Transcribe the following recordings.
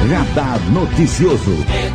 Radar Noticioso.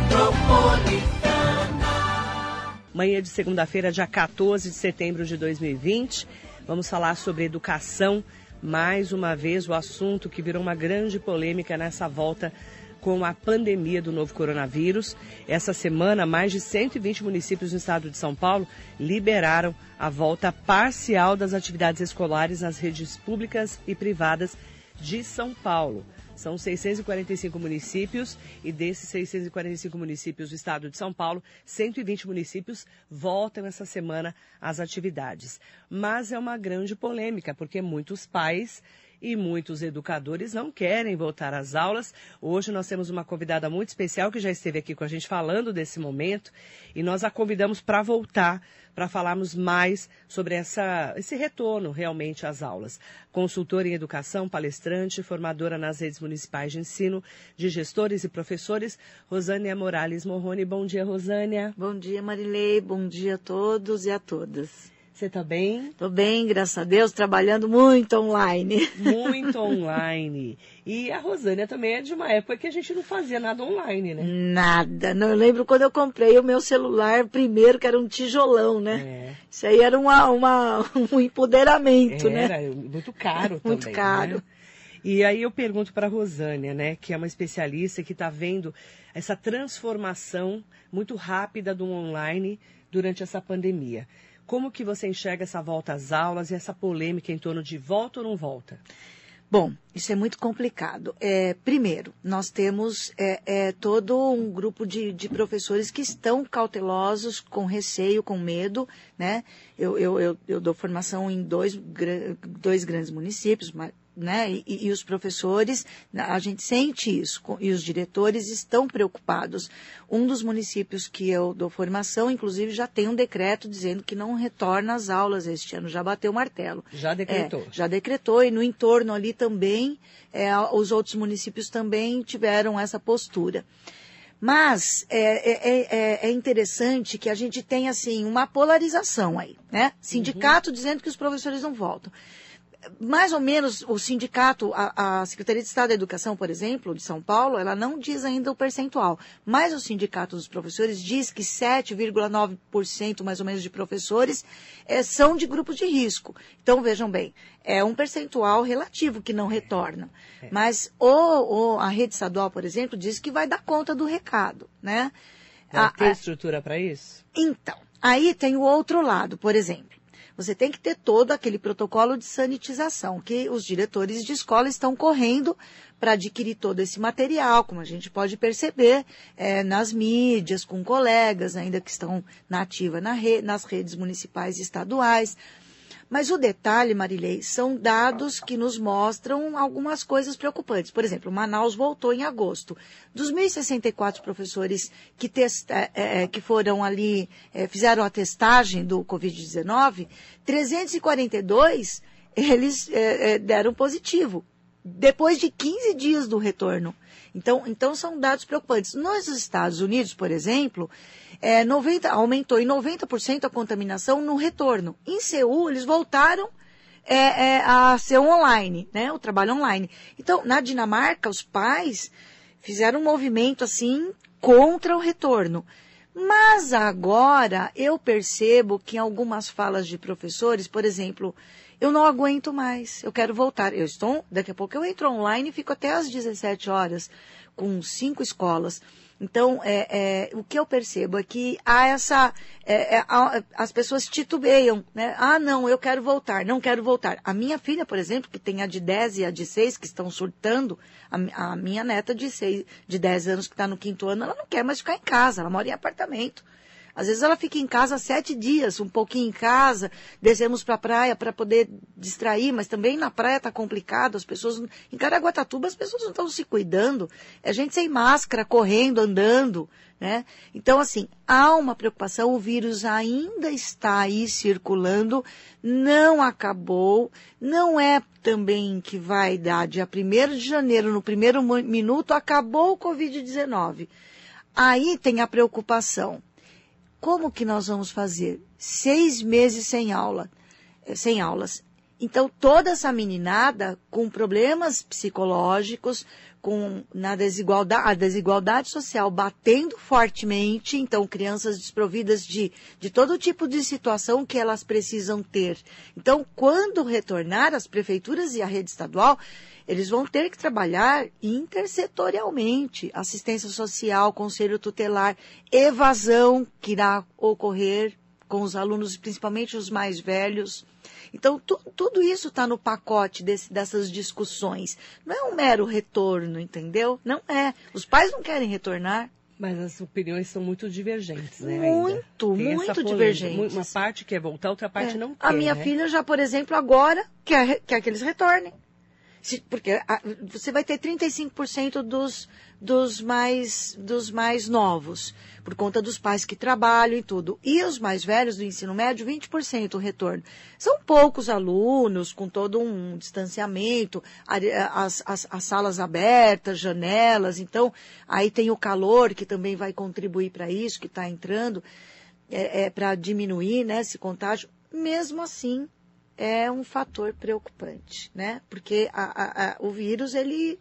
Manhã de segunda-feira, dia 14 de setembro de 2020. Vamos falar sobre educação. Mais uma vez, o assunto que virou uma grande polêmica nessa volta com a pandemia do novo coronavírus. Essa semana, mais de 120 municípios no estado de São Paulo liberaram a volta parcial das atividades escolares nas redes públicas e privadas de São Paulo. São 645 municípios e desses 645 municípios do estado de São Paulo, 120 municípios voltam essa semana às atividades. Mas é uma grande polêmica, porque muitos pais e muitos educadores não querem voltar às aulas. Hoje nós temos uma convidada muito especial que já esteve aqui com a gente falando desse momento e nós a convidamos para voltar, para falarmos mais sobre esse retorno realmente às aulas. Consultora em educação, palestrante, formadora nas redes municipais de ensino, de gestores e professores, Rosânia Morales Morrone. Bom dia, Rosânia. Bom dia, Marilei. Bom dia a todos e a todas. Você está bem? Estou bem, graças a Deus, trabalhando muito online. Muito online. E a Rosânia também é de uma época que a gente não fazia nada online, né? Nada. Não, eu lembro quando eu comprei o meu celular primeiro, que era um tijolão, né? É. Isso aí era um empoderamento, né? Era muito caro também. Muito caro. Né? E aí eu pergunto para a Rosânia, né, que é uma especialista que está vendo essa transformação muito rápida do online durante essa pandemia. Como que você enxerga essa volta às aulas e essa polêmica em torno de volta ou não volta? Bom, isso é muito complicado. Primeiro, nós temos todo um grupo de professores que estão cautelosos, com receio, com medo, né? Eu dou formação em dois grandes municípios, né? E os professores, a gente sente isso, e os diretores estão preocupados. Um dos municípios que eu dou formação, inclusive, já tem um decreto dizendo que não retorna às aulas este ano, já bateu o martelo. Já decretou? Já decretou, e no entorno ali também, os outros municípios também tiveram essa postura. Mas é interessante que a gente tenha, assim, uma polarização aí, né? Sindicato dizendo que os professores não voltam. Mais ou menos o sindicato, a Secretaria de Estado da Educação, por exemplo, de São Paulo, ela não diz ainda o percentual, mas o sindicato dos professores diz que 7,9% mais ou menos de professores são de grupos de risco. Então, vejam bem, é um percentual relativo que não retorna. Mas a rede estadual, por exemplo, diz que vai dar conta do recado, né? Vai ter estrutura para isso? Então, aí tem o outro lado, por exemplo. Você tem que ter todo aquele protocolo de sanitização, que os diretores de escola estão correndo para adquirir todo esse material, como a gente pode perceber nas mídias, com colegas ainda que estão na ativa nas redes municipais e estaduais. Mas o detalhe, Marilei, são dados que nos mostram algumas coisas preocupantes. Por exemplo, Manaus voltou em agosto. Dos 1.064 professores que foram ali, fizeram a testagem do Covid-19, 342, eles deram positivo, depois de 15 dias do retorno. Então são dados preocupantes. Nos Estados Unidos, por exemplo, aumentou em 90% a contaminação no retorno. Em Seul, eles voltaram a ser online, né, o trabalho online. Então, na Dinamarca, os pais fizeram um movimento assim contra o retorno. Mas agora eu percebo que em algumas falas de professores, por exemplo, eu não aguento mais, eu quero voltar. Daqui a pouco eu entro online e fico até às 17 horas com 5 escolas. Então, o que eu percebo é que há as pessoas titubeiam, né? Ah, não, eu quero voltar, não quero voltar. A minha filha, por exemplo, que tem a de 10 e a de 6, que estão surtando, a minha neta de 10 anos, que está no 5º ano, ela não quer mais ficar em casa, ela mora em apartamento. Às vezes ela fica em casa 7 dias, um pouquinho em casa, descemos para a praia para poder distrair, mas também na praia está complicado, em Caraguatatuba as pessoas não estão se cuidando, é gente sem máscara, correndo, andando, né? Então, assim, há uma preocupação, o vírus ainda está aí circulando, não acabou, não é também que vai dar dia 1º de janeiro, no primeiro minuto, acabou o Covid-19. Aí tem a preocupação. Como que nós vamos fazer? 6 meses sem aulas. Então, toda essa meninada com problemas psicológicos, na desigualdade, a desigualdade social batendo fortemente, então crianças desprovidas de todo tipo de situação que elas precisam ter. Então, quando retornar as prefeituras e a rede estadual, eles vão ter que trabalhar intersetorialmente, assistência social, conselho tutelar, evasão que irá ocorrer com os alunos, principalmente os mais velhos. Então, tudo isso está no pacote dessas discussões. Não é um mero retorno, entendeu? Não é. Os pais não querem retornar. Mas as opiniões são muito divergentes, né? Muito divergentes. Uma parte quer voltar, outra parte não quer. A minha filha já, por exemplo, agora quer que eles retornem. Porque você vai ter 35% dos mais novos, por conta dos pais que trabalham e tudo. E os mais velhos do ensino médio, 20% o retorno. São poucos alunos, com todo um distanciamento, as salas abertas, janelas. Então, aí tem o calor, que também vai contribuir para isso, que está entrando, para diminuir, né, esse contágio. Mesmo assim, é um fator preocupante, né? Porque o vírus, ele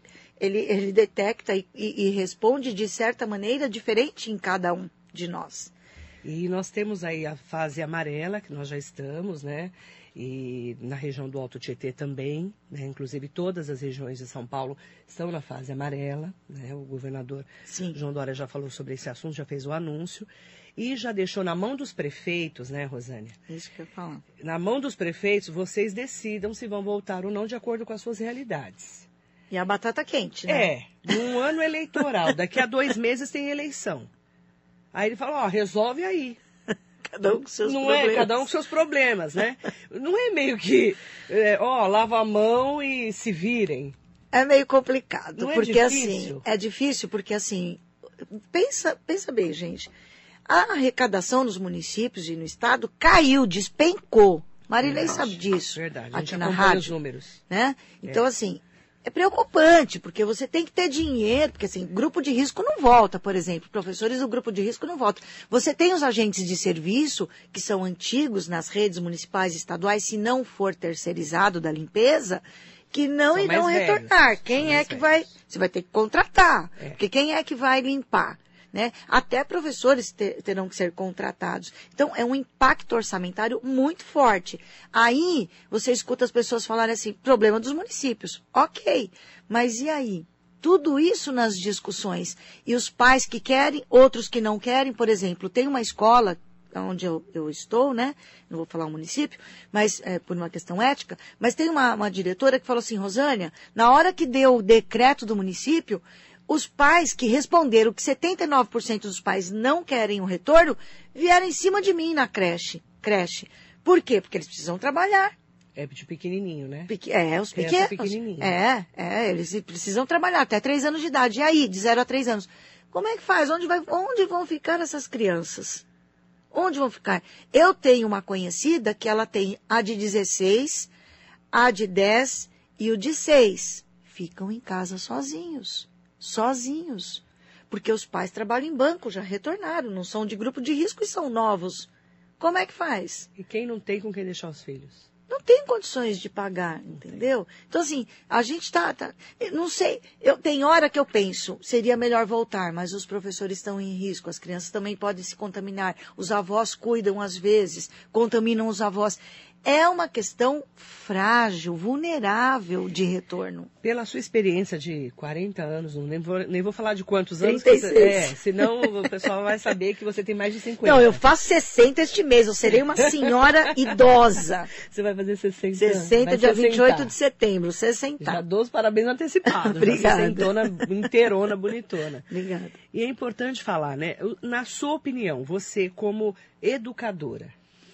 detecta e responde de certa maneira diferente em cada um de nós. E nós temos aí a fase amarela, que nós já estamos, né? E na região do Alto Tietê também, né? Inclusive todas as regiões de São Paulo estão na fase amarela, né? O governador João Dória já falou sobre esse assunto, já fez o anúncio. E já deixou na mão dos prefeitos, né, Rosânia? Isso que eu falo. Na mão dos prefeitos, vocês decidam se vão voltar ou não de acordo com as suas realidades. E a batata quente, né? Num ano eleitoral, daqui a 2 meses tem eleição. Aí ele fala, resolve aí. Cada um com seus problemas. Cada um com seus problemas, né? Não é meio que, lava a mão e se virem. É meio complicado. Não porque é difícil? Assim, é difícil porque assim, pensa bem, gente. A arrecadação nos municípios e no estado caiu, despencou. Marilei sabe disso. Verdade, aqui na rádio. Os números. Né? Então, assim, é preocupante, porque você tem que ter dinheiro, porque assim, grupo de risco não volta, por exemplo. Professores do grupo de risco não voltam. Você tem os agentes de serviço, que são antigos nas redes municipais e estaduais, se não for terceirizado da limpeza, que não irão retornar. Quem é que vai... Você vai ter que contratar, porque quem é que vai limpar? Né? Até professores terão que ser contratados. Então, é um impacto orçamentário muito forte. Aí, você escuta as pessoas falarem assim, problema dos municípios. Ok, mas e aí? Tudo isso nas discussões. E os pais que querem, outros que não querem. Por exemplo, tem uma escola onde eu estou, né? Não vou falar o município, mas por uma questão ética, mas tem uma diretora que falou assim, Rosânia, na hora que deu o decreto do município, os pais que responderam que 79% dos pais não querem o retorno, vieram em cima de mim na creche. Por quê? Porque eles precisam trabalhar. É de pequenininho, né? Os pequenos. Eles precisam trabalhar até 3 anos de idade. E aí, de 0 a 3 anos? Como é que faz? Onde vão ficar essas crianças? Onde vão ficar? Eu tenho uma conhecida que ela tem a de 16, a de 10 e o de 6. Ficam em casa sozinhos. Porque os pais trabalham em banco, já retornaram, não são de grupo de risco e são novos. Como é que faz? E quem não tem com quem deixar os filhos? Não tem condições de pagar, entendeu? Então, assim, a gente não sei, tem hora que eu penso, seria melhor voltar, mas os professores estão em risco, as crianças também podem se contaminar, os avós cuidam às vezes, contaminam os avós. É uma questão frágil, vulnerável de retorno. Pela sua experiência de 40 anos, nem vou falar de quantos 36. anos. Senão o pessoal vai saber que você tem mais de 50. Não, eu faço 60 este mês, eu serei uma senhora idosa. Você vai fazer 60 60, dia 28 de setembro, 60. Já dou os parabéns antecipados. Obrigada. 60 inteirona, bonitona. Obrigada. E é importante falar, né? Na sua opinião, você como educadora,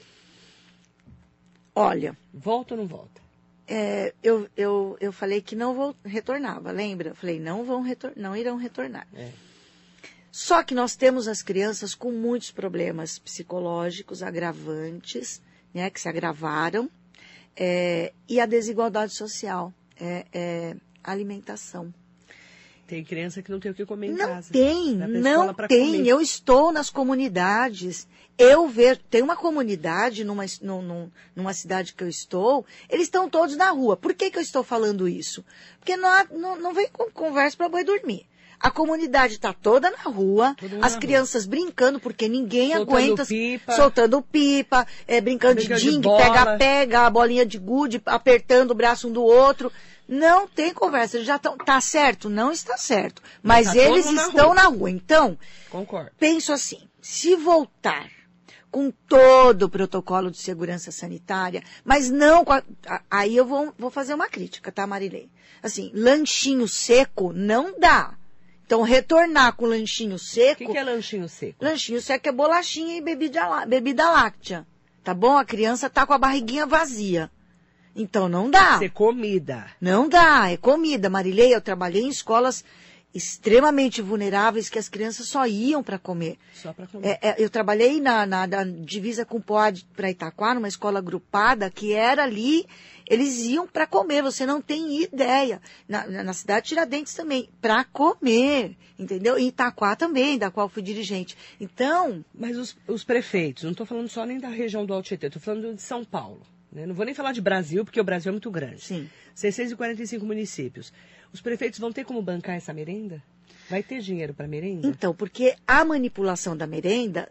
olha, volta ou não volta? Eu falei que não retornava, lembra? Eu falei, não irão retornar. Só que nós temos as crianças com muitos problemas psicológicos, agravantes, né, que se agravaram, e a desigualdade social, alimentação. Tem criança que não tem o que comer em Não casa. tem, Vai pra não escola pra tem. comer. Eu estou nas comunidades, eu vejo, tem uma comunidade numa cidade que eu estou, eles estão todos na rua. Por que eu estou falando isso? Porque não vem com conversa para boi dormir. A comunidade está toda na rua, as crianças brincando, porque ninguém aguenta, soltando pipa, brincando de dingue, pega-pega, a bolinha de gude, apertando o braço um do outro. Não tem conversa, eles já estão. Tá certo? Não está certo. Mas eles estão na rua. Então, concordo. Penso assim, se voltar com todo o protocolo de segurança sanitária, mas não com aí eu vou fazer uma crítica, tá, Marilei? Assim, lanchinho seco não dá. Então, retornar com lanchinho seco... O que é lanchinho seco? Lanchinho seco é bolachinha e bebida láctea. Tá bom? A criança tá com a barriguinha vazia. Então, não dá. Ser comida. Não dá, é comida. Marilei, eu trabalhei em escolas extremamente vulneráveis que as crianças só iam para comer. Só para comer. Eu trabalhei na divisa com Poá para Itaquá, numa escola agrupada, que era ali, eles iam para comer, você não tem ideia. Na cidade de Tiradentes também, para comer, entendeu? Em Itaquá também, da qual fui dirigente. Então... Mas os prefeitos, não estou falando só nem da região do Alto Tietê, estou falando de São Paulo. Né? Não vou nem falar de Brasil, porque o Brasil é muito grande. Sim. 645 municípios. Os prefeitos vão ter como bancar essa merenda? Vai ter dinheiro para merenda? Então, porque a manipulação da merenda,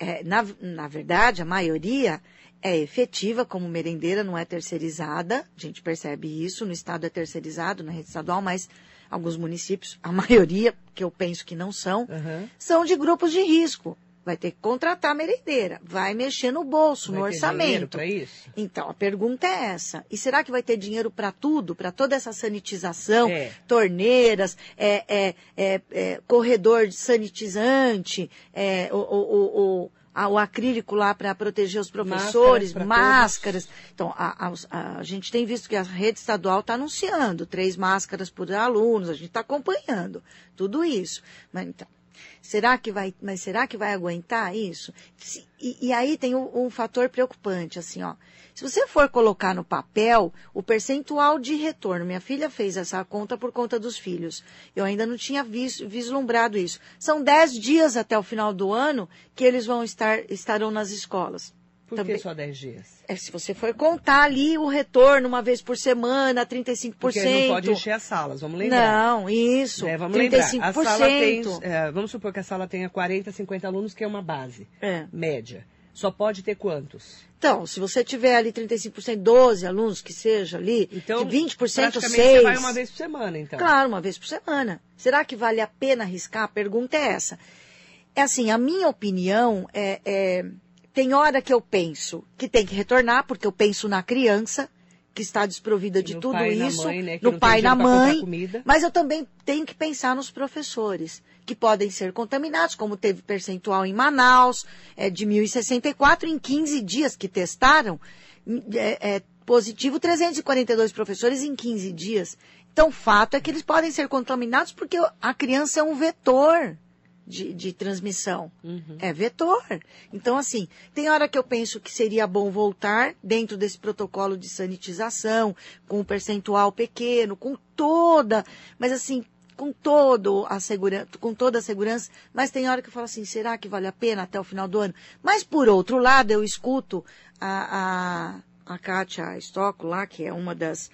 na verdade, a maioria é efetiva como merendeira, não é terceirizada. A gente percebe isso, no estado é terceirizado, na rede estadual, mas alguns municípios, a maioria, que eu penso que não são, são de grupos de risco. Vai ter que contratar a merendeira, vai mexer no bolso, no orçamento. Vai ter dinheiro para isso? Então, a pergunta é essa. E será que vai ter dinheiro para tudo? Para toda essa sanitização, torneiras, corredor de sanitizante, o acrílico lá para proteger os professores, máscaras. Então, a gente tem visto que a rede estadual está anunciando 3 máscaras por alunos, a gente está acompanhando tudo isso. Mas, então, será que vai aguentar isso? E aí tem um fator preocupante, assim, ó. Se você for colocar no papel o percentual de retorno, minha filha fez essa conta por conta dos filhos. Eu ainda não tinha vislumbrado isso. São 10 dias até o final do ano que eles estarão nas escolas. Por que só 10 dias? Se você for contar ali o retorno uma vez por semana, 35%. Porque não pode encher as salas, vamos lembrar. Não, isso. Vamos 35%. Lembrar. A sala tem, vamos supor que a sala tenha 40, 50 alunos, que é uma base média. Só pode ter quantos? Então, se você tiver ali 35%, 12 alunos, que seja ali, então, 20%, praticamente 6. Você vai uma vez por semana, então. Claro, uma vez por semana. Será que vale a pena arriscar? A pergunta é essa. É assim, a minha opinião tem hora que eu penso que tem que retornar, porque eu penso na criança, que está desprovida de tudo isso, mãe, né, no pai e na mãe, mas eu também tenho que pensar nos professores, que podem ser contaminados, como teve percentual em Manaus, de 1.064, em 15 dias que testaram, positivo 342 professores em 15 dias. Então, o fato é que eles podem ser contaminados porque a criança é um vetor de transmissão. É vetor. Então, assim, tem hora que eu penso que seria bom voltar dentro desse protocolo de sanitização, com um percentual pequeno, mas assim, com toda a segurança, mas tem hora que eu falo assim, será que vale a pena até o final do ano? Mas, por outro lado, eu escuto a Kátia Stocco lá, que é uma das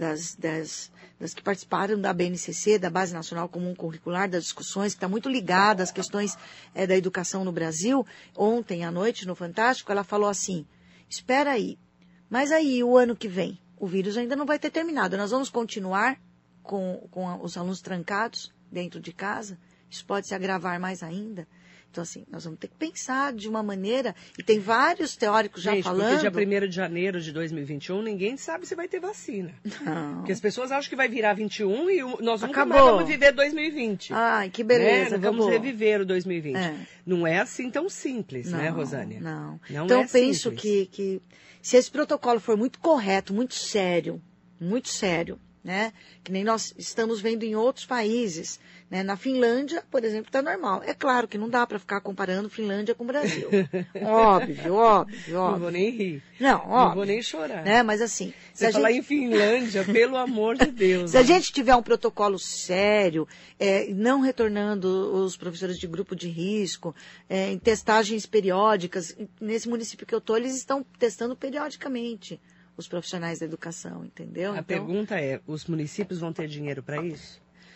que participaram da BNCC, da Base Nacional Comum Curricular, das discussões, que está muito ligada às questões da educação no Brasil. Ontem à noite, no Fantástico, ela falou assim, espera aí, mas aí o ano que vem, o vírus ainda não vai ter terminado, nós vamos continuar com os alunos trancados dentro de casa? Isso pode se agravar mais ainda? Então, assim, nós vamos ter que pensar de uma maneira, e tem vários teóricos já falando... Porque dia 1º de janeiro de 2021, ninguém sabe se vai ter vacina. Não. Porque as pessoas acham que vai virar 21 e nós nunca mais vamos viver 2020. Ai, que beleza, né? Vamos reviver o 2020. Não é assim tão simples, não, né, Rosânia? Não. Então, eu penso que se esse protocolo for muito correto, muito sério, né? Que nem nós estamos vendo em outros países, né? Na Finlândia, por exemplo, está normal. É claro que não dá para ficar comparando Finlândia com o Brasil. Óbvio. Não vou nem rir. Não, óbvio. Não vou nem chorar. Né? Mas assim... Você falar em Finlândia, pelo amor de Deus. Se a gente tiver um protocolo sério, não retornando os professores de grupo de risco, em testagens periódicas, nesse município que eu estou, eles estão testando periodicamente os profissionais da educação, entendeu? A pergunta é, os municípios vão ter dinheiro para isso?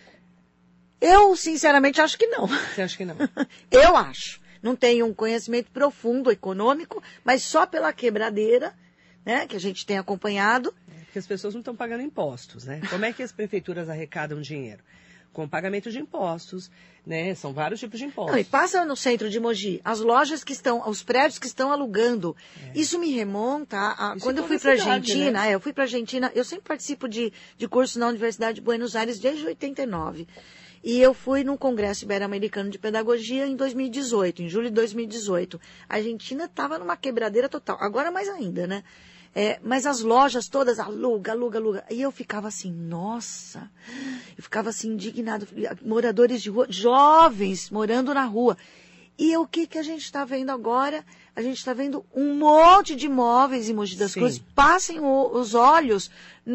Eu, sinceramente, acho que não. Você acha que não? Eu acho. Não tenho um conhecimento profundo econômico, mas só pela quebradeira, né, que a gente tem acompanhado. Porque as pessoas não estão pagando impostos, né? Como é que as prefeituras arrecadam dinheiro? Com pagamento de impostos, né? São vários tipos de impostos. Não, e passa no centro de Mogi, as lojas que estão, os prédios que estão alugando. Isso me remonta a quando eu fui para a Argentina. Né? Eu fui para a Argentina, eu sempre participo de curso na Universidade de Buenos Aires desde 89. E eu fui num Congresso Ibero-Americano de Pedagogia em 2018, em julho de 2018. A Argentina estava numa quebradeira total. Agora mais ainda, né? Mas as lojas todas aluga. E eu ficava assim, nossa, eu ficava assim indignado. Moradores de rua, jovens morando na rua. E o que a gente está vendo agora? A gente está vendo um monte de imóveis em Mogi das Cruzes. Passem os olhos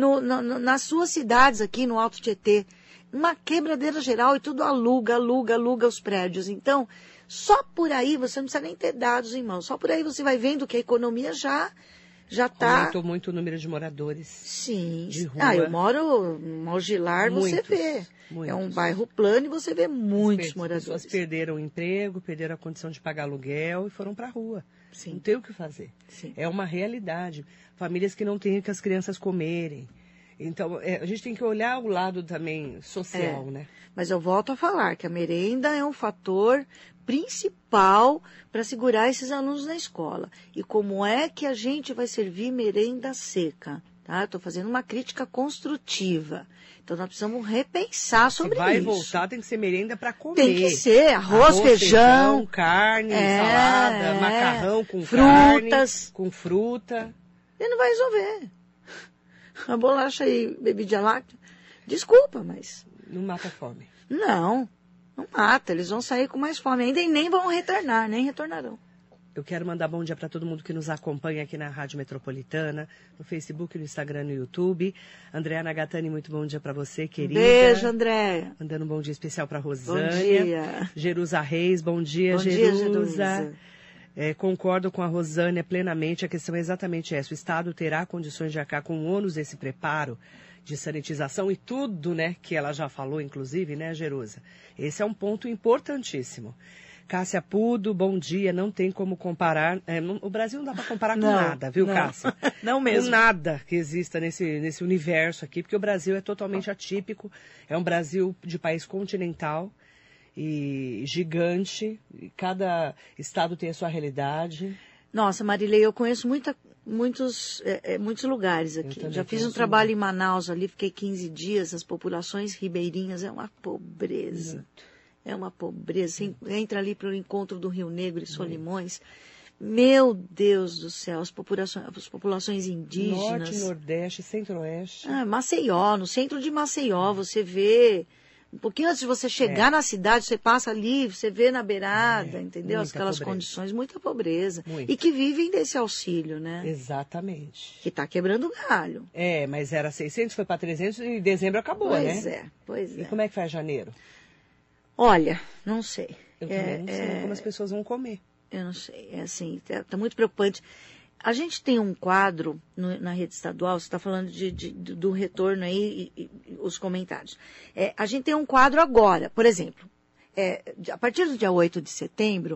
nas suas cidades aqui no Alto Tietê. Uma quebradeira geral e tudo aluga os prédios. Então, só por aí, você não precisa nem ter dados em mãos. Só por aí você vai vendo que a economia já está... Aumentou muito o número de moradores. Sim. De rua. Eu moro em Mogilar, você vê. Muitos. É um bairro plano e você vê muitos moradores. As pessoas perderam o emprego, perderam a condição de pagar aluguel e foram para a rua. Sim. Não tem o que fazer. Sim. É uma realidade. Famílias que não têm o que as crianças comerem. Então, a gente tem que olhar o lado também social, né? Mas eu volto a falar que a merenda é um fator principal para segurar esses alunos na escola. E como é que a gente vai servir merenda seca? Tá? Estou fazendo uma crítica construtiva. Então, nós precisamos repensar sobre isso. Se vai voltar, tem que ser merenda para comer. Tem que ser arroz, feijão, carne, salada, macarrão com frutas. Carne, com fruta. Ele não vai resolver. A bolacha e bebida láctea, desculpa, mas... Não mata a fome. Não mata. Eles vão sair com mais fome ainda e nem vão retornar, nem retornarão. Eu quero mandar bom dia para todo mundo que nos acompanha aqui na Rádio Metropolitana, no Facebook, no Instagram, no YouTube. Andréa Nagatani, muito bom dia para você, querida. Beijo, Andréa. Mandando um bom dia especial para Rosânia. Bom dia. Jerusa Reis, bom dia, bom Jerusa. Dia, Jerusa. Concordo com a Rosânia plenamente, a questão é exatamente essa. O Estado terá condições de arcar com o ônus desse preparo de sanitização e tudo, né, que ela já falou, inclusive, né, Jerusa? Esse é um ponto importantíssimo. Cássia Pudo, bom dia, não tem como comparar, o Brasil não dá para comparar com nada, viu, Cássia? Não mesmo. Com nada que exista nesse universo aqui, porque o Brasil é totalmente atípico, é um Brasil de país continental, e gigante, cada estado tem a sua realidade. Nossa, Marilei, eu conheço muitos lugares aqui. Já fiz um trabalho em Manaus ali, fiquei 15 dias, as populações ribeirinhas, é uma pobreza. Muito. É uma pobreza. Você entra ali para o encontro do Rio Negro e Solimões. Meu Deus do céu, as populações indígenas. Norte, Nordeste, Centro-Oeste. Maceió, no centro de Maceió, você vê... Um pouquinho antes de você chegar na cidade, você passa ali, você vê na beirada, entendeu? Aquelas condições, muita pobreza. Muito. E que vivem desse auxílio, né? Exatamente. Que está quebrando galho. Mas era 600, foi para 300 e em dezembro acabou, né? Pois é. E como é que faz janeiro? Olha, não sei. Eu também não sei como as pessoas vão comer. Eu não sei, tá muito preocupante. A gente tem um quadro na rede estadual, você está falando do retorno aí e os comentários. A gente tem um quadro agora, por exemplo, a partir do dia 8 de setembro,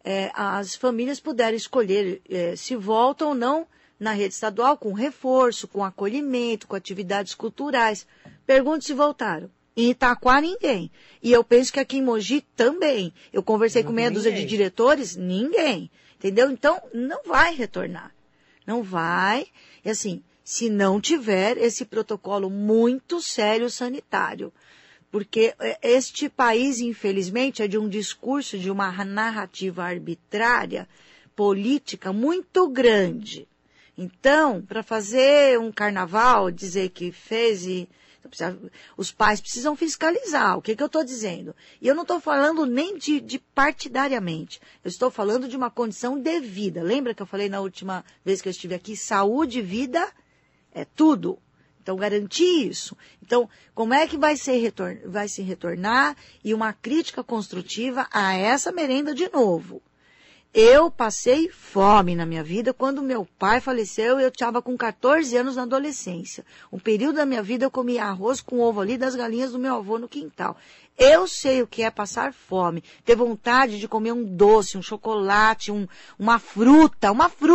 as famílias puderam escolher se voltam ou não na rede estadual com reforço, com acolhimento, com atividades culturais. Pergunto se voltaram. Em Itaquá, ninguém. E eu penso que aqui em Mogi também. Eu conversei com meia dúzia de diretores, ninguém. Entendeu? Então, não vai retornar. Não vai. E assim, se não tiver esse protocolo muito sério sanitário. Porque este país, infelizmente, é de um discurso, de uma narrativa arbitrária, política muito grande. Então, para fazer um carnaval, dizer que fez e Os pais precisam fiscalizar. O que eu estou dizendo? E eu não estou falando nem de partidariamente. Eu estou falando de uma condição de vida. Lembra que eu falei na última vez que eu estive aqui? Saúde e vida é tudo. Então, garantir isso. Então, como é que vai se retornar e uma crítica construtiva a essa merenda de novo? Eu passei fome na minha vida quando meu pai faleceu e eu estava com 14 anos na adolescência. Um período da minha vida eu comia arroz com ovo ali das galinhas do meu avô no quintal. Eu sei o que é passar fome, ter vontade de comer um doce, um chocolate, uma fruta.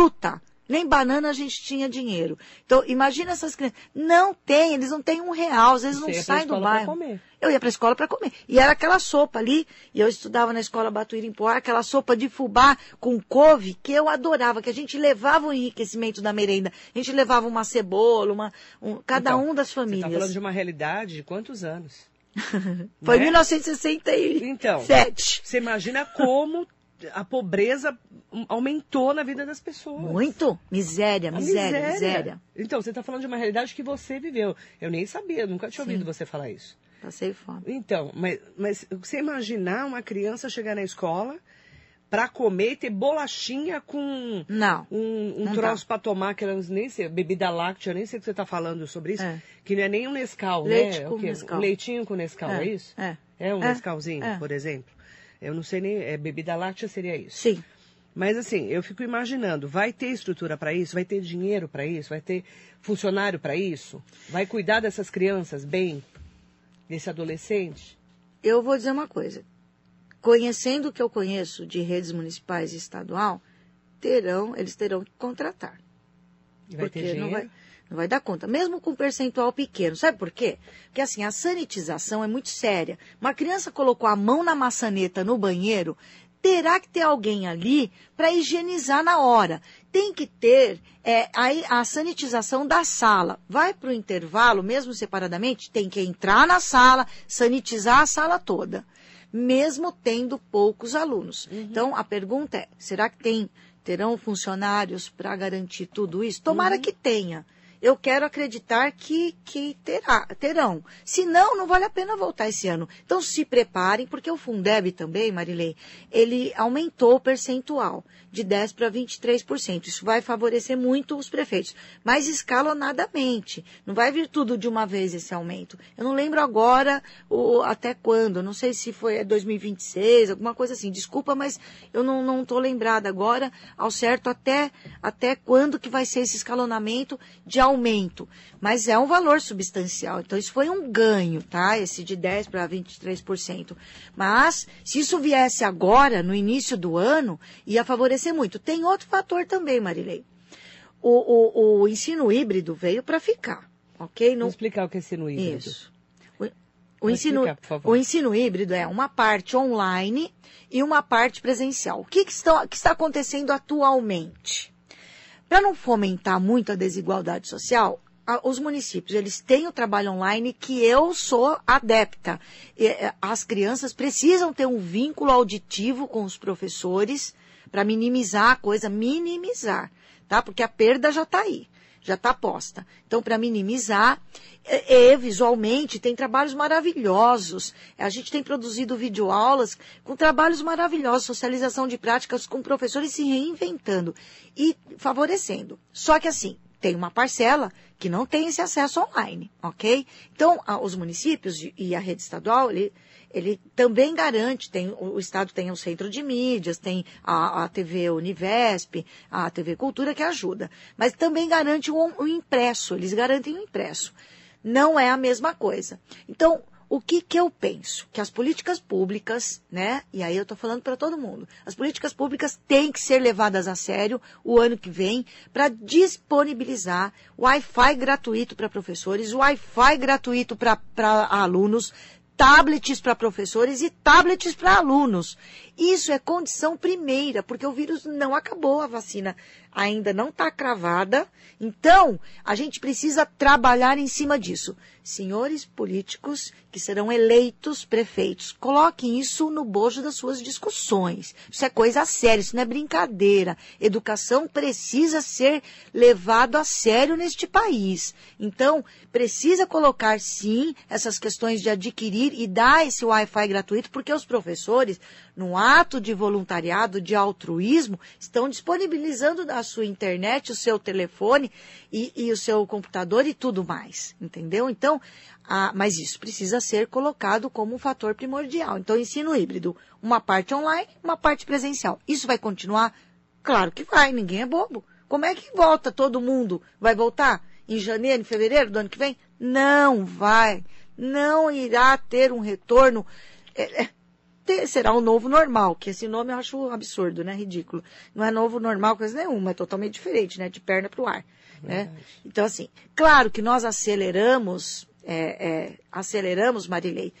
Nem banana a gente tinha dinheiro. Então, imagina essas crianças. Não tem, eles não têm R$1, às vezes não saem do bairro. Eu ia para a escola para comer. E era aquela sopa ali, e eu estudava na escola Batuíra em Poá, aquela sopa de fubá com couve, que eu adorava, que a gente levava o enriquecimento da merenda. A gente levava uma cebola, cada um das famílias. Você está falando de uma realidade de quantos anos? Foi 1967. Então, você imagina como a pobreza aumentou na vida das pessoas. Muito. Miséria. Então, você está falando de uma realidade que você viveu. Eu nem sabia, nunca tinha ouvido você falar isso. Passei fome. Então, mas você imaginar uma criança chegar na escola para comer e ter bolachinha com um troço para tomar, que eu nem sei, bebida láctea, eu nem sei o que você está falando sobre isso, que não é nem um Nescau, Leite né? Com Nescau. Um leitinho com Nescau, é isso? É um Nescauzinho, por exemplo. Eu não sei nem, bebida láctea seria isso. Sim. Mas assim, eu fico imaginando, vai ter estrutura para isso? Vai ter dinheiro para isso? Vai ter funcionário para isso? Vai cuidar dessas crianças bem? Desse adolescente? Eu vou dizer uma coisa. Conhecendo o que eu conheço de redes municipais e estadual, eles terão que contratar. E vai ter dinheiro? Não vai dar conta, mesmo com um percentual pequeno. Sabe por quê? Porque assim, a sanitização é muito séria. Uma criança colocou a mão na maçaneta no banheiro, terá que ter alguém ali para higienizar na hora. Tem que ter a sanitização da sala. Vai para o intervalo, mesmo separadamente, tem que entrar na sala, sanitizar a sala toda, mesmo tendo poucos alunos. Então, a pergunta é, será que terão funcionários para garantir tudo isso? Tomara que tenha. Eu quero acreditar que terão. Se não vale a pena voltar esse ano. Então, se preparem, porque o Fundeb também, Marilei, ele aumentou o percentual de 10% para 23%. Isso vai favorecer muito os prefeitos, mas escalonadamente. Não vai vir tudo de uma vez esse aumento. Eu não lembro agora até quando. Não sei se foi 2026, alguma coisa assim. Desculpa, mas eu não estou lembrada agora ao certo até quando que vai ser esse escalonamento de aumento, mas é um valor substancial. Então, isso foi um ganho, tá? Esse de 10% para 23%. Mas, se isso viesse agora, no início do ano, ia favorecer muito. Tem outro fator também, Marilei. O ensino híbrido veio para ficar, ok? Vamos explicar o que é ensino híbrido. Isso. O ensino híbrido é uma parte online e uma parte presencial. O que está acontecendo atualmente? Para não fomentar muito a desigualdade social, os municípios, eles têm o trabalho online que eu sou adepta. As crianças precisam ter um vínculo auditivo com os professores para minimizar a coisa, tá? Porque a perda já está aí, já está posta. Então, para minimizar, visualmente, tem trabalhos maravilhosos. A gente tem produzido videoaulas com trabalhos maravilhosos, socialização de práticas com professores se reinventando e favorecendo. Só que assim, tem uma parcela que não tem esse acesso online, ok? Então, os municípios e a rede estadual, ele também garante, o Estado tem o Centro de Mídias, tem a TV Univesp, a TV Cultura que ajuda, mas também garante o impresso, eles garantem o impresso. Não é a mesma coisa. Então, o que eu penso? Que as políticas públicas, né? E aí eu estou falando para todo mundo. As políticas públicas têm que ser levadas a sério o ano que vem para disponibilizar Wi-Fi gratuito para professores, Wi-Fi gratuito para alunos, tablets para professores e tablets para alunos. Isso é condição primeira, porque o vírus não acabou, a vacina ainda não está cravada. Então, a gente precisa trabalhar em cima disso. Senhores políticos que serão eleitos prefeitos, coloquem isso no bojo das suas discussões. Isso é coisa séria, isso não é brincadeira. Educação precisa ser levado a sério neste país. Então, precisa colocar, sim, essas questões de adquirir e dar esse Wi-Fi gratuito, porque os professores, no ato de voluntariado, de altruísmo, estão disponibilizando a sua internet, o seu telefone e o seu computador e tudo mais, entendeu? Então, mas isso precisa ser colocado como um fator primordial. Então, ensino híbrido, uma parte online, uma parte presencial. Isso vai continuar? Claro que vai, ninguém é bobo. Como é que volta todo mundo? Vai voltar em janeiro, em fevereiro do ano que vem? Não vai. Não irá ter um retorno. Será um novo normal, que esse nome eu acho absurdo, né? Ridículo. Não é novo normal coisa nenhuma, é totalmente diferente, né? De perna para o ar. Né? Então, assim, claro que nós aceleramos, Marilei,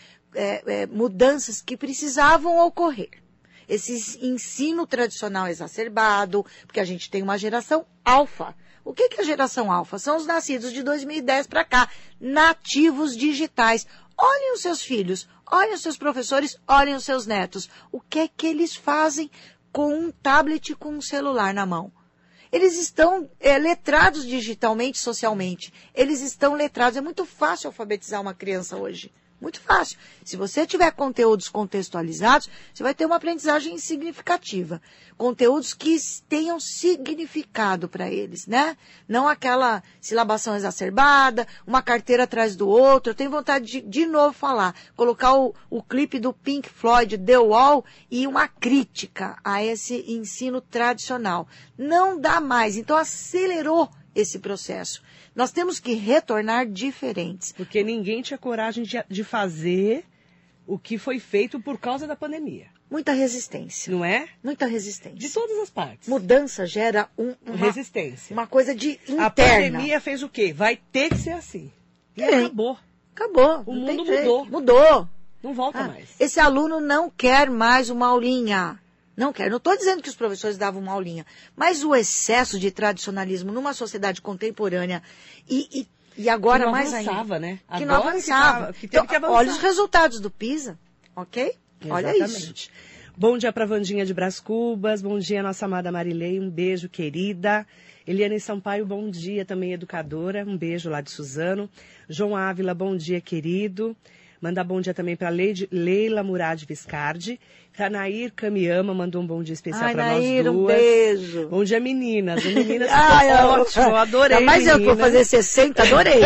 mudanças que precisavam ocorrer. Esse ensino tradicional exacerbado, porque a gente tem uma geração alfa. O que é a geração alfa? São os nascidos de 2010 para cá, nativos digitais. Olhem os seus filhos, olhem os seus professores, olhem os seus netos. O que é que eles fazem com um tablet, com um celular na mão? Eles estão letrados digitalmente, socialmente. Eles estão letrados. É muito fácil alfabetizar uma criança hoje. Muito fácil. Se você tiver conteúdos contextualizados, você vai ter uma aprendizagem significativa. Conteúdos que tenham significado para eles, né? Não aquela silabação exacerbada, uma carteira atrás do outro. Eu tenho vontade de novo falar, colocar o clipe do Pink Floyd, The Wall, e uma crítica a esse ensino tradicional. Não dá mais. Então, acelerou esse processo. Nós temos que retornar diferentes. Porque ninguém tinha coragem de fazer o que foi feito por causa da pandemia. Muita resistência. Não é? Muita resistência. De todas as partes. Mudança gera resistência. Uma coisa de interna. A pandemia fez o quê? Vai ter que ser assim. E acabou. Acabou. O mundo mudou. Mudou. Não volta mais. Esse aluno não quer mais uma aulinha. Não quero. Não estou dizendo que os professores davam uma aulinha, mas o excesso de tradicionalismo numa sociedade contemporânea e agora que não mais avançava, ainda. Né? Que não avançava. Que teve que avançar. Olha os resultados do PISA, ok? Olha Exatamente. Isso. Bom dia para Vandinha de Brás Cubas, bom dia nossa amada Marilei, um beijo querida. Eliane Sampaio, bom dia, também educadora, um beijo lá de Suzano. João Ávila, bom dia querido. Mandar bom dia também para Leila Murad Viscardi. Nair Camiyama mandou um bom dia especial para nós duas. Um beijo. Bom dia, meninas. Meninas ótimo, eu adorei. Mas eu vou fazer 60, adorei.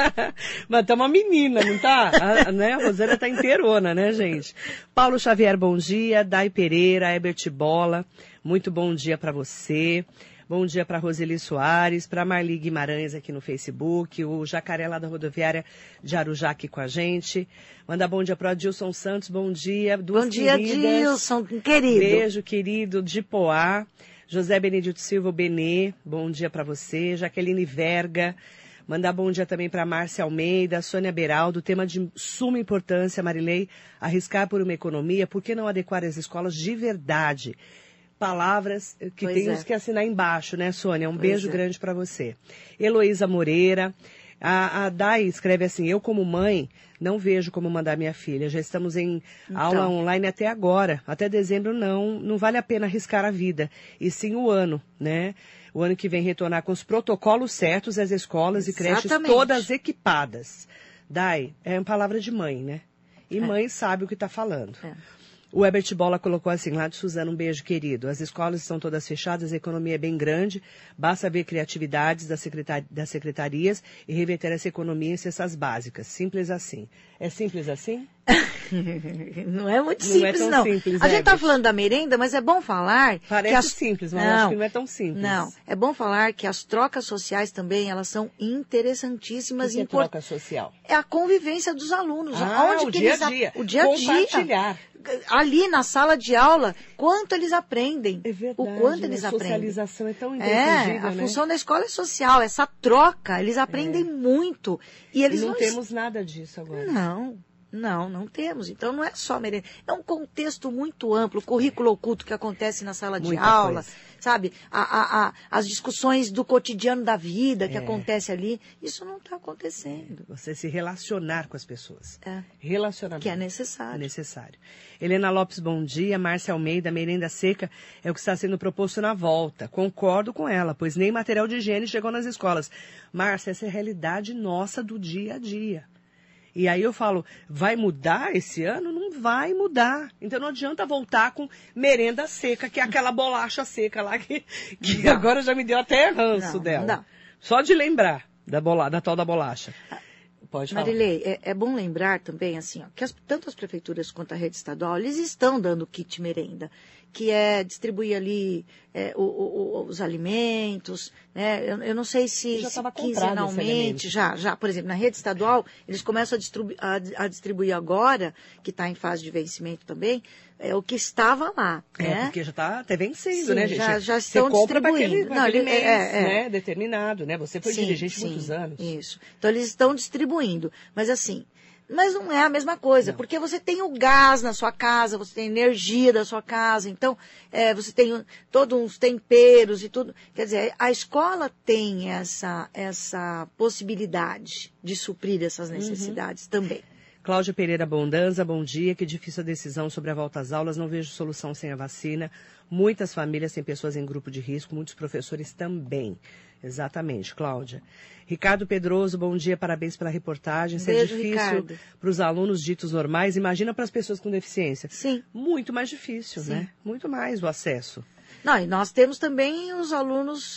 Mas tá uma menina, não tá? A Rosana tá inteirona, né, gente? Paulo Xavier, bom dia. Dai Pereira, Herbert Bola, muito bom dia para você. Bom dia para Roseli Soares, para Marli Guimarães aqui no Facebook, o Jacaré lá da rodoviária de Arujá aqui com a gente. Manda bom dia para o Adilson Santos, bom dia. Bom dia, Adilson, querido. Beijo, querido, de Poá. José Benedito Silva Benê, bom dia para você. Jaqueline Verga, mandar bom dia também para Márcia Almeida, Sônia Beraldo, tema de suma importância, Marilei, arriscar por uma economia, por que não adequar as escolas de verdade? Palavras que temos que assinar embaixo, né, Sônia? Um beijo grande para você. Heloísa Moreira. A Dai escreve assim, eu como mãe não vejo como mandar minha filha. Já estamos em aula online até agora. Até dezembro não vale a pena arriscar a vida. E sim o ano, né? O ano que vem retornar com os protocolos certos, as escolas e creches todas equipadas. Dai, é uma palavra de mãe, né? E mãe sabe o que está falando. O Herbert Bola colocou assim, lá de Suzano, um beijo querido. As escolas estão todas fechadas, a economia é bem grande, basta ver criatividades das secretarias e reverter essa economia em cestas básicas. Simples assim. É simples assim? Não é muito simples, não. É tão simples, a gente está falando da merenda, mas é bom falar... Parece simples, mas acho que não é tão simples. Não, é bom falar que as trocas sociais também, elas são interessantíssimas. O que é troca social? É a convivência dos alunos. Onde o dia a dia. O dia a dia. Compartilhar. Ali na sala de aula, quanto eles aprendem. É verdade, o quanto eles aprendem. A socialização é tão intangível, a função da escola é social, essa troca, eles aprendem muito. E eles não temos nada disso agora. Não. Não temos. Então não é só merenda. É um contexto muito amplo, o currículo oculto que acontece na sala de aula, sabe? As discussões do cotidiano da vida que acontece ali. Isso não está acontecendo. Você se relacionar com as pessoas. Que é necessário. Necessário. Helena Lopes, bom dia. Márcia Almeida, merenda seca é o que está sendo proposto na volta. Concordo com ela, pois nem material de higiene chegou nas escolas. Márcia, essa é a realidade nossa do dia a dia. E aí eu falo, vai mudar esse ano? Não vai mudar. Então não adianta voltar com merenda seca, que é aquela bolacha seca lá, que agora já me deu até ranço dela. Não. Só de lembrar da tal da bolacha. Pode falar. Marilei, é bom lembrar também, assim, ó, que tanto as prefeituras quanto a rede estadual, eles estão dando kit merenda, que é distribuir ali os alimentos, né? Eu não sei se quinzenalmente, já, por exemplo, na rede estadual, eles começam a distribuir agora, que está em fase de vencimento também, o que estava lá, né? Porque já está até vencendo, sim, né, gente? Já estão distribuindo. Para aquele mês, né, determinado, né? Você foi dirigente muitos anos. Isso. Então, eles estão distribuindo. Mas, assim, não é a mesma coisa, porque você tem o gás na sua casa, você tem a energia da sua casa, então você tem todos uns temperos e tudo. Quer dizer, a escola tem essa possibilidade de suprir essas necessidades também. Cláudia Pereira Bondanza, bom dia. Que difícil a decisão sobre a volta às aulas. Não vejo solução sem a vacina. Muitas famílias têm pessoas em grupo de risco, muitos professores também. Exatamente, Cláudia. Ricardo Pedroso, bom dia, parabéns pela reportagem. Isso é difícil para os alunos ditos normais. Imagina para as pessoas com deficiência. Sim. Muito mais difícil, né? Muito mais o acesso. Não, e nós temos também os alunos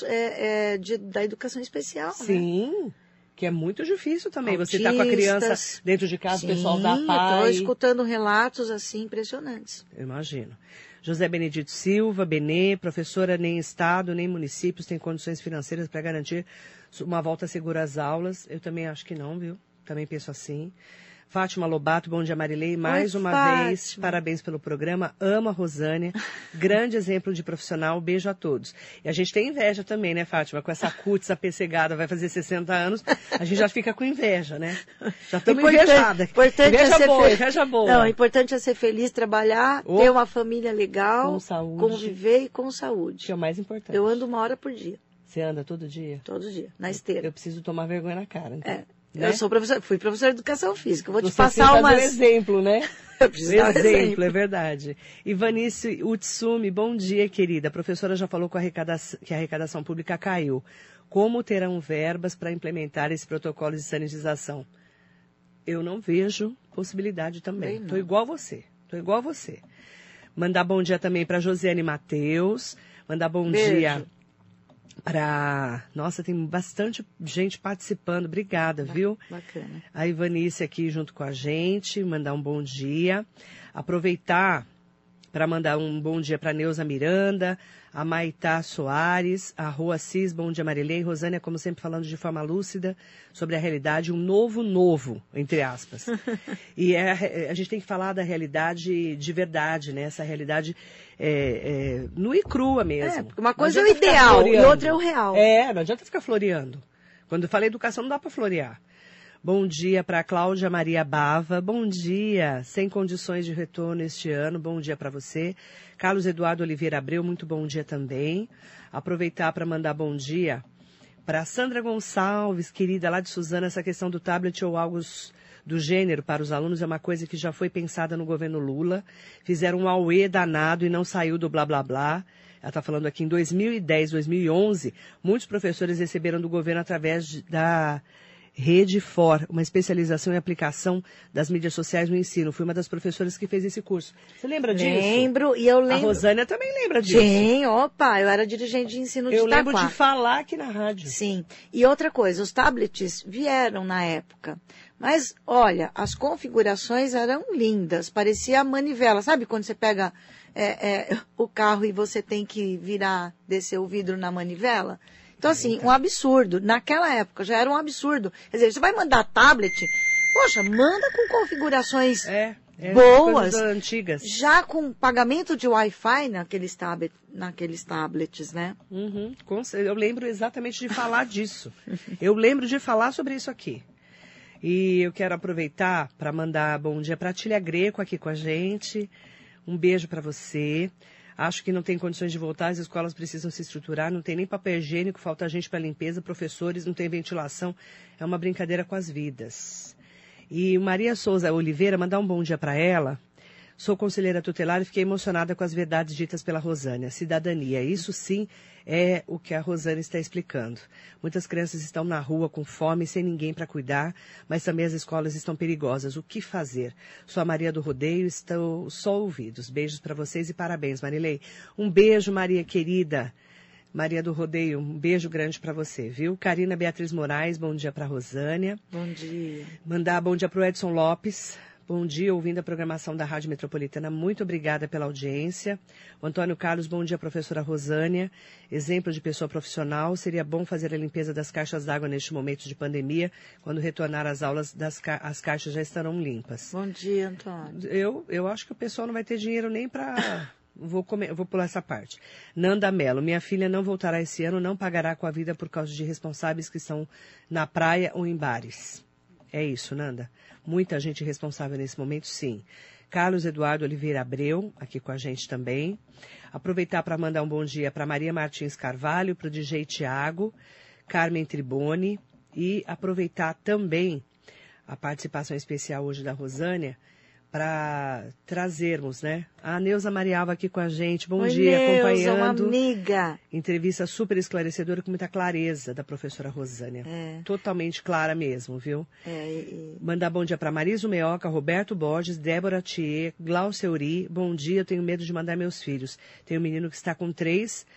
da educação especial, Sim. Né? Que é muito difícil também. Autistas, você está com a criança dentro de casa, o pessoal da PAI. Estou escutando relatos assim impressionantes. Eu imagino. José Benedito Silva, Benê, professora, nem Estado, nem municípios têm condições financeiras para garantir uma volta segura às aulas. Eu também acho que não, viu? Também penso assim. Fátima Lobato, bom dia, Marilei. Mais uma vez, parabéns pelo programa. Amo a Rosânia. Grande exemplo de profissional. Beijo a todos. E a gente tem inveja também, né, Fátima? Com essa cutis apessegada, vai fazer 60 anos. A gente já fica com inveja, né? Já estamos invejadas. Inveja boa. Não, o importante é ser feliz, trabalhar, ter uma família legal, com saúde, conviver e com saúde. Que é o mais importante. Eu ando 1 hora por dia. Você anda todo dia? Todo dia, na esteira. Eu preciso tomar vergonha na cara. Então. Né? Eu fui professora de educação física. Vou te Você passar um exemplo, né? Eu preciso dar exemplo, é verdade. Ivanice Utsumi, bom dia, querida. A professora já falou que a arrecadação pública caiu. Como terão verbas para implementar esse protocolo de sanitização? Eu não vejo possibilidade também. Estou igual a você. Mandar bom dia também para Josiane Matheus. Mandar bom dia Nossa, tem bastante gente participando. Obrigada, viu? Bacana. A Ivanice aqui junto com a gente, mandar um bom dia. Aproveitar para mandar um bom dia para Neuza Miranda, a Maitá Soares, a Rua Cis, bom dia, Marilei. Rosânia, como sempre, falando de forma lúcida sobre a realidade, um novo, entre aspas. E a gente tem que falar da realidade de verdade, né? Essa realidade nua e crua mesmo. Uma coisa é o ideal e outra é o real. Não adianta ficar floreando. Quando eu falei educação, não dá para florear. Bom dia para Cláudia Maria Bava. Bom dia, sem condições de retorno este ano. Bom dia para você. Carlos Eduardo Oliveira Abreu, muito bom dia também. Aproveitar para mandar bom dia para Sandra Gonçalves, querida, lá de Suzana. Essa questão do tablet ou algo do gênero para os alunos é uma coisa que já foi pensada no governo Lula. Fizeram um auê danado e não saiu do blá blá blá. Ela está falando aqui em 2010, 2011, muitos professores receberam do governo através da Rede For, uma especialização em aplicação das mídias sociais no ensino. Fui uma das professoras que fez esse curso. Você lembra disso? Lembro, e eu lembro. A Rosânia também lembra disso. Sim, eu era dirigente de ensino de Itaquá. Eu lembro de falar aqui na rádio. Sim, e outra coisa, os tablets vieram na época. Mas, olha, as configurações eram lindas, parecia a manivela. Sabe quando você pega o carro e você tem que descer o vidro na manivela? Então, assim, um absurdo. Naquela época já era um absurdo. Quer dizer, você vai mandar tablet, poxa, manda com configurações boas, antigas. Já com pagamento de Wi-Fi naqueles tablets, né? Eu lembro exatamente de falar disso. Eu lembro de falar sobre isso aqui. E eu quero aproveitar para mandar bom dia para a Tília Greco aqui com a gente. Um beijo para você. Acho que não tem condições de voltar, as escolas precisam se estruturar, não tem nem papel higiênico, falta gente para limpeza, professores, não tem ventilação. É uma brincadeira com as vidas. E Maria Souza Oliveira, mandar um bom dia para ela. Sou conselheira tutelar e fiquei emocionada com as verdades ditas pela Rosânia. Cidadania, isso sim é o que a Rosânia está explicando. Muitas crianças estão na rua com fome, sem ninguém para cuidar, mas também as escolas estão perigosas. O que fazer? Sou a Maria do Rodeio, estou só ouvidos. Beijos para vocês e parabéns, Marilei. Um beijo, Maria querida. Maria do Rodeio, um beijo grande para você, viu? Karina Beatriz Moraes, bom dia para a Rosânia. Bom dia. Mandar bom dia para o Edson Lopes. Bom dia, ouvindo a programação da Rádio Metropolitana. Muito obrigada pela audiência. O Antônio Carlos, bom dia, professora Rosânia. Exemplo de pessoa profissional. Seria bom fazer a limpeza das caixas d'água neste momento de pandemia. Quando retornar às aulas, as caixas já estarão limpas. Bom dia, Antônio. Eu acho que o pessoal não vai ter dinheiro nem para... Vou pular essa parte. Nanda Mello, minha filha não voltará esse ano, não pagará com a vida por causa de responsáveis que estão na praia ou em bares. É isso, Nanda. Muita gente responsável nesse momento, sim. Carlos Eduardo Oliveira Abreu, aqui com a gente também. Aproveitar para mandar um bom dia para Maria Martins Carvalho, para o DJ Tiago, Carmen Triboni. E aproveitar também a participação especial hoje da Rosânia, para trazermos, né? A Neuza Marialva aqui com a gente. Bom dia, Neuza, acompanhando. Uma amiga. Entrevista super esclarecedora, com muita clareza da professora Rosânia. Totalmente clara mesmo, viu? Mandar bom dia para Marisa Meoca, Roberto Borges, Débora Thier, Glaucia Uri. Bom dia, eu tenho medo de mandar meus filhos. Tem um menino que está com 3,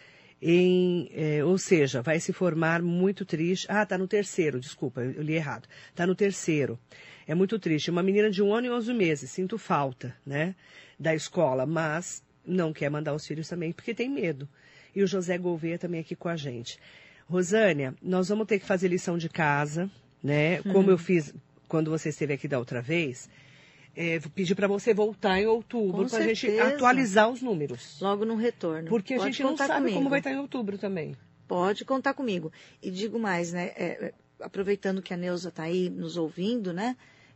ou seja, vai se formar muito triste. Ah, está no 3º, desculpa, eu li errado. Está no 3º. É muito triste. Uma menina de 1 ano e 11 meses, sinto falta, né, da escola, mas não quer mandar os filhos também, porque tem medo. E o José Gouveia também aqui com a gente. Rosânia, nós vamos ter que fazer lição de casa, né, como eu fiz quando você esteve aqui da outra vez. Vou pedir para você voltar em outubro, para a gente atualizar os números. Logo no retorno. Porque a gente não sabe como vai estar em outubro também. Pode contar comigo. E digo mais, né, aproveitando que a Neuza está aí nos ouvindo, né,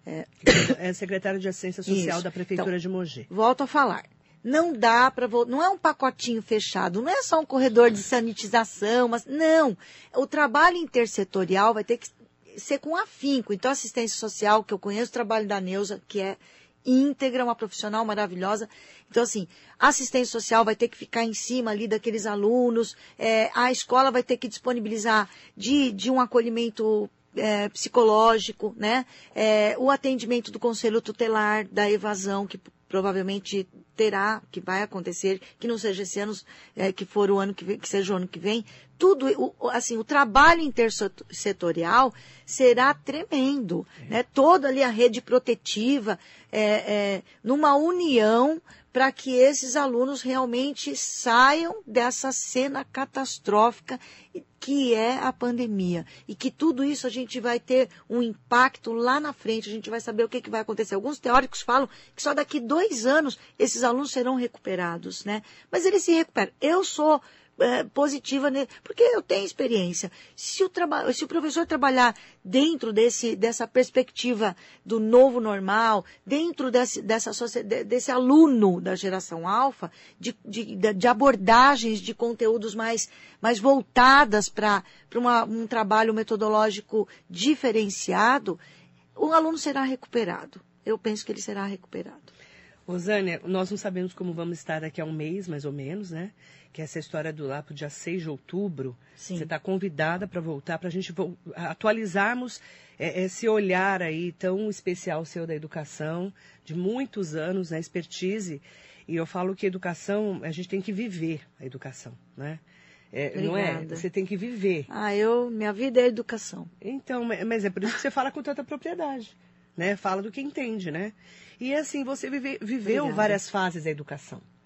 É secretária de Assistência Social da Prefeitura de Mogi. Volto a falar. Não dá para... Não é um pacotinho fechado, não é só um corredor de sanitização, mas não. O trabalho intersetorial vai ter que ser com afinco. Então, a assistência social, que eu conheço o trabalho da Neuza, que é íntegra, uma profissional maravilhosa. Então, assim, a assistência social vai ter que ficar em cima ali daqueles alunos, a escola vai ter que disponibilizar de um acolhimento psicológico, né? O atendimento do conselho tutelar, da evasão, que provavelmente terá, que vai acontecer, que não seja esse ano, que for o ano que vem, que seja o ano que vem. Tudo, assim, o trabalho intersetorial será tremendo, né? Toda ali a rede protetiva, numa união para que esses alunos realmente saiam dessa cena catastrófica que é a pandemia. E que tudo isso a gente vai ter um impacto lá na frente, a gente vai saber o que vai acontecer. Alguns teóricos falam que só daqui 2 anos esses alunos serão recuperados, né? Mas eles se recuperam. Eu sou positiva, né? Porque eu tenho experiência. Se o professor trabalhar dentro dessa perspectiva do novo normal, dentro desse aluno da geração alfa, de abordagens de conteúdos mais voltadas para um trabalho metodológico diferenciado, o aluno será recuperado. Eu penso que ele será recuperado. Rosânia, nós não sabemos como vamos estar daqui a um mês, mais ou menos, né? Que essa história do lá para o dia 6 de outubro. Sim. Você está convidada para voltar, para a gente atualizarmos esse olhar aí tão especial seu da educação, de muitos anos, né? Expertise. E eu falo que educação, a gente tem que viver a educação, né? Não é? Você tem que viver. Minha vida é educação. Então, mas é por isso que você fala com tanta propriedade, né? Fala do que entende, né? E assim, você viveu várias fases da educação,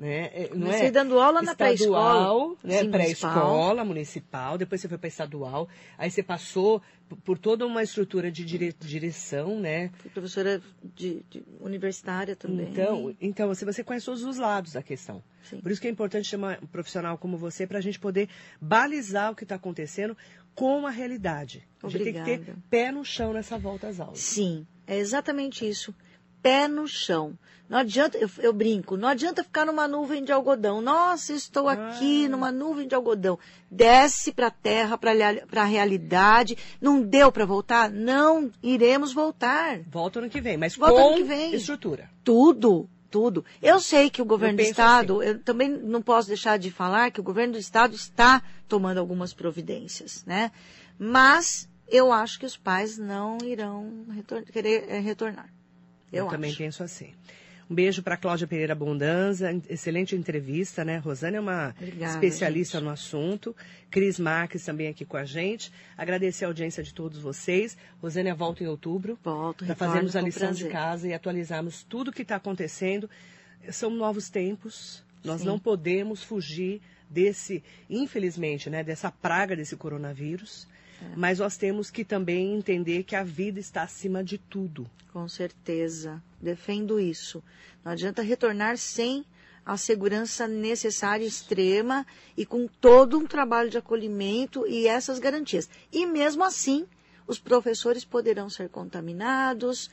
né? Comecei dando aula na pré-escola. Né? Pré-escola, municipal, depois você foi para estadual, aí você passou por toda uma estrutura de direção, né? Fui professora de universitária também. Então, você conhece todos os lados da questão. Sim. Por isso que é importante chamar um profissional como você para a gente poder balizar o que está acontecendo com a realidade. A gente tem que ter pé no chão nessa volta às aulas. Sim, é exatamente isso. Pé no chão. Não adianta, eu brinco, não adianta ficar numa nuvem de algodão. Nossa, eu estou aqui numa nuvem de algodão. Desce para a terra, para a realidade. Não deu para voltar? Não iremos voltar. Volta ano que vem, mas volta com ano que vem. Estrutura. Tudo. Eu sei que o governo do Estado, assim. Eu também não posso deixar de falar que o governo do Estado está tomando algumas providências, né? Mas eu acho que os pais não irão querer retornar. Eu também penso assim. Um beijo para Cláudia Pereira Bondanza, excelente entrevista, né? Rosane é uma especialista no assunto. Cris Marques também aqui com a gente. Agradecer a audiência de todos vocês. Rosane, volta em outubro. Volto, para fazermos a lição de casa e atualizarmos tudo o que está acontecendo. São novos tempos. Nós não podemos fugir desse, infelizmente, né? Dessa praga desse coronavírus. Mas nós temos que também entender que a vida está acima de tudo. Com certeza. Defendo isso. Não adianta retornar sem a segurança necessária, extrema, e com todo um trabalho de acolhimento e essas garantias. E mesmo assim, os professores poderão ser contaminados,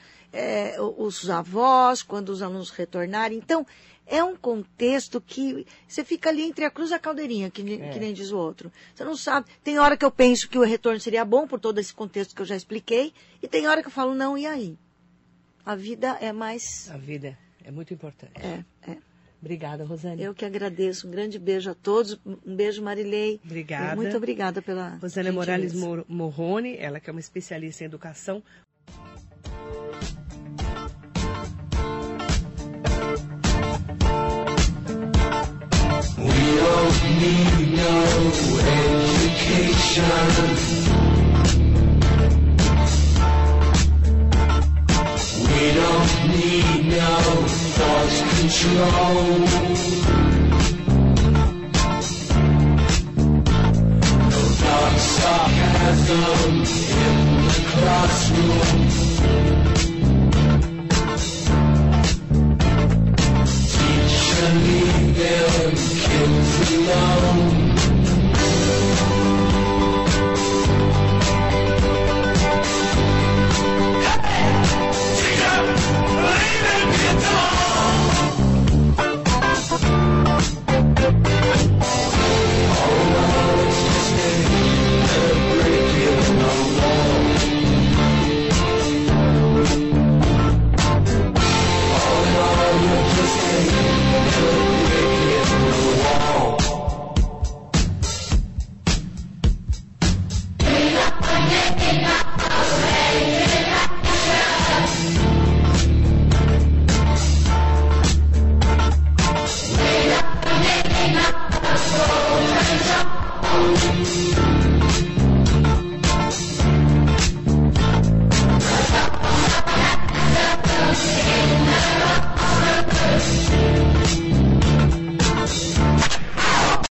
os avós, quando os alunos retornarem. Então, é um contexto que você fica ali entre a cruz e a caldeirinha, que nem diz o outro. Você não sabe. Tem hora que eu penso que o retorno seria bom por todo esse contexto que eu já expliquei, e tem hora que eu falo, não, e aí? A vida é mais... A vida é muito importante. É. Obrigada, Rosane. Eu que agradeço. Um grande beijo a todos. Um beijo, Marilei. Obrigada. Muito obrigada pela Rosane Morales Morrone, ela que é uma especialista em educação. We don't need no education. We don't need no thought control. No dark sarcasm in the classroom. Teacher, leave them kids alone.